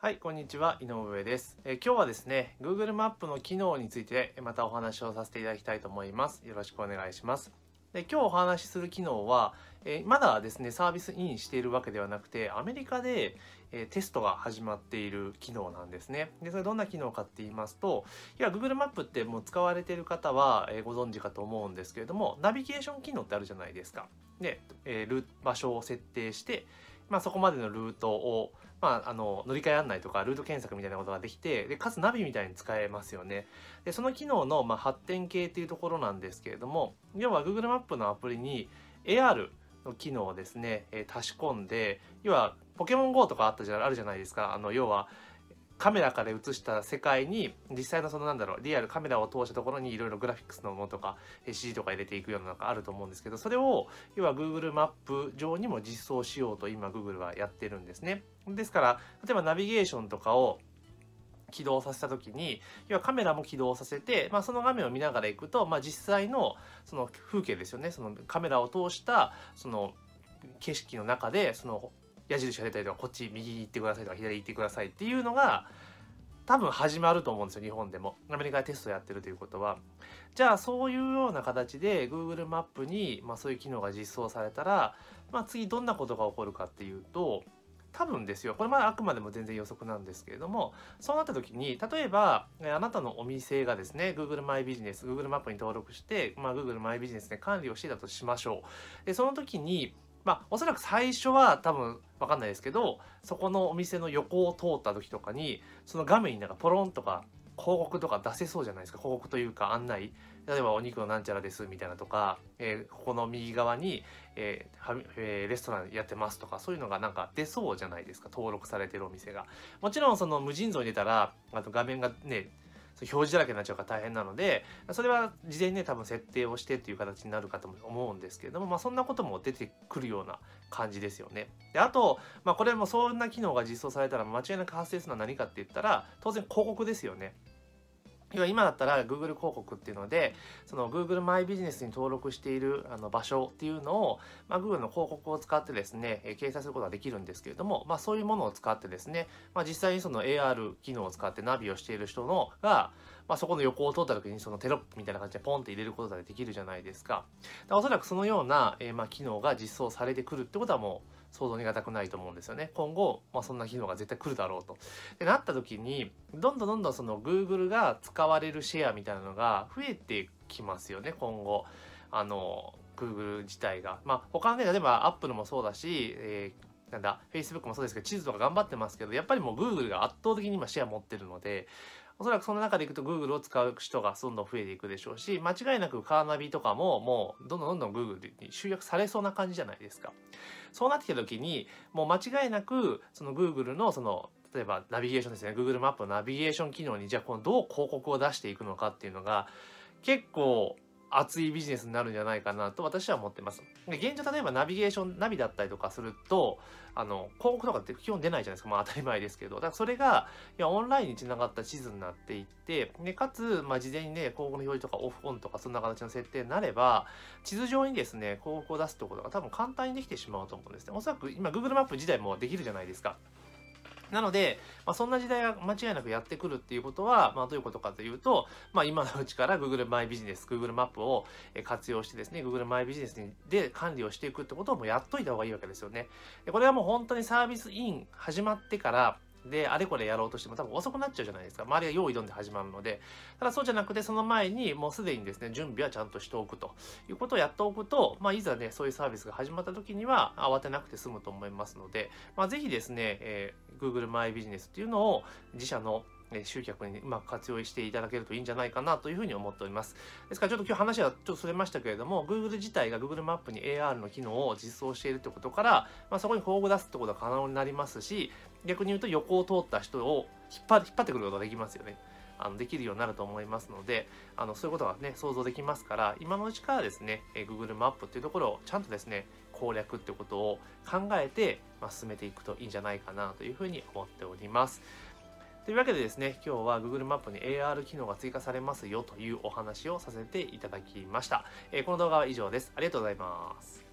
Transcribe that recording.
はい、こんにちは、井上です。今日はですね、Google マップの機能についてまたお話をさせていただきたいと思います。よろしくお願いします。で、今日お話しする機能は、まだですね、サービスインしているわけではなくて、アメリカで、テストが始まっている機能なんですね。で、それどんな機能かって言いますと、Google マップってもう使われている方は、ご存知かと思うんですけれども、ナビゲーション機能ってあるじゃないですか。で、場所を設定して、そこまでのルートを、乗り換え案内とかルート検索みたいなことができて、でかつナビみたいに使えますよね。でその機能の、発展系っていうところなんですけれども、要は Google マップのアプリに AR の機能をですね、足し込んで、要はポケモン GO とかあるじゃないですか。要はカメラから映した世界に実際のリアルカメラを通したところにいろいろグラフィックスのものとか CG とか入れていくようなのがあると思うんですけど、それを要は Google マップ上にも実装しようと今 Google はやってるんですね。ですから例えばナビゲーションとかを起動させた時に、要はカメラも起動させて、その画面を見ながら行くと、実際のその風景ですよね。そのカメラを通したその景色の中でその矢印が出たりとか、こっち右行ってくださいとか左行ってくださいっていうのが多分始まると思うんですよ。日本でもアメリカでテストやってるということは、じゃあそういうような形で Google マップに、そういう機能が実装されたら、次どんなことが起こるかっていうと、多分ですよ、これあくまでも全然予測なんですけれども、そうなった時に例えばあなたのお店がですね Google マイビジネス Google マップに登録して、Google マイビジネスで管理をしていたとしましょう。でその時におそらく最初は多分わかんないですけど、そこのお店の横を通った時とかに、その画面にポロンとか広告とか出せそうじゃないですか。広告というか案内。例えばお肉のなんちゃらですみたいなとか、ここの右側に、レストランやってますとか、そういうのが出そうじゃないですか。登録されてるお店が。もちろんその無尽蔵に出たら、あと画面がね、表示だらけになっちゃうから大変なので、それは事前にね多分設定をしてっていう形になるかと思うんですけれども、そんなことも出てくるような感じですよね。であと、これもそんな機能が実装されたら間違いなく発生するのは何かって言ったら、当然広告ですよね。今だったら Google 広告っていうので、その Google マイビジネスに登録している場所っていうのを、Google の広告を使ってですね、掲載することができるんですけれども、そういうものを使ってですね、実際にその AR 機能を使ってナビをしている人が、そこの横を通った時にそのテロップみたいな感じでポンって入れることができるじゃないですか。おそらくそのような、機能が実装されてくるってことはもう想像に難くないと思うんですよね。今後、そんな機能が絶対来るだろうと。でなった時に、どんどんその Google が使われるシェアみたいなのが増えてきますよね、今後。Google 自体が。他のね、例えば Apple もそうだし、Facebook もそうですけど、地図とか頑張ってますけど、やっぱりもう Google が圧倒的に今シェア持ってるので、おそらくその中でいくと Google を使う人がどんどん増えていくでしょうし、間違いなくカーナビとかももうどんどん Google に集約されそうな感じじゃないですか。そうなってきた時に、もう間違いなくその Google の例えばナビゲーションですね、Google マップのナビゲーション機能にじゃあこのどう広告を出していくのかっていうのが結構熱いビジネスになるんじゃないかなと私は思ってます。で現状例えばナビゲーションナビだったりとかすると広告とかって基本出ないじゃないですか。当たり前ですけど、だからそれがオンラインにつながった地図になっていってでかつ事前にね広告の表示とかオフオンとかそんな形の設定になれば地図上にですね広告を出すってことが多分簡単にできてしまうと思うんですね。おそらく今 Google マップ自体もできるじゃないですか。なので、そんな時代が間違いなくやってくるっていうことは、どういうことかというと、今のうちから Google マイビジネス、Google マップを活用してですね、Google マイビジネスで管理をしていくってことをもうやっといた方がいいわけですよね。でこれはもう本当にサービスイン始まってから、で、あれこれやろうとしても多分遅くなっちゃうじゃないですか。周りが用意どんで始まるので。ただそうじゃなくて、その前にもうすでにですね、準備はちゃんとしておくということをやっておくと、いざね、そういうサービスが始まった時には慌てなくて済むと思いますので、ぜひですね、Google マイビジネスっていうのを自社の集客にうまく活用していただけるといいんじゃないかなというふうに思っております。ですからちょっと今日話はちょっとそれましたけれども、Google 自体が Google マップに AR の機能を実装しているってことから、そこに広告出すってことが可能になりますし、逆に言うと横を通った人を引っ張ってくることができますよね。できるようになると思いますので、そういうことがね、想像できますから、今のうちからですね、Google マップっていうところをちゃんとですね、攻略ってことを考えて、進めていくといいんじゃないかなというふうに思っております。というわけでですね、今日は Google マップに AR 機能が追加されますよというお話をさせていただきました。この動画は以上です。ありがとうございます。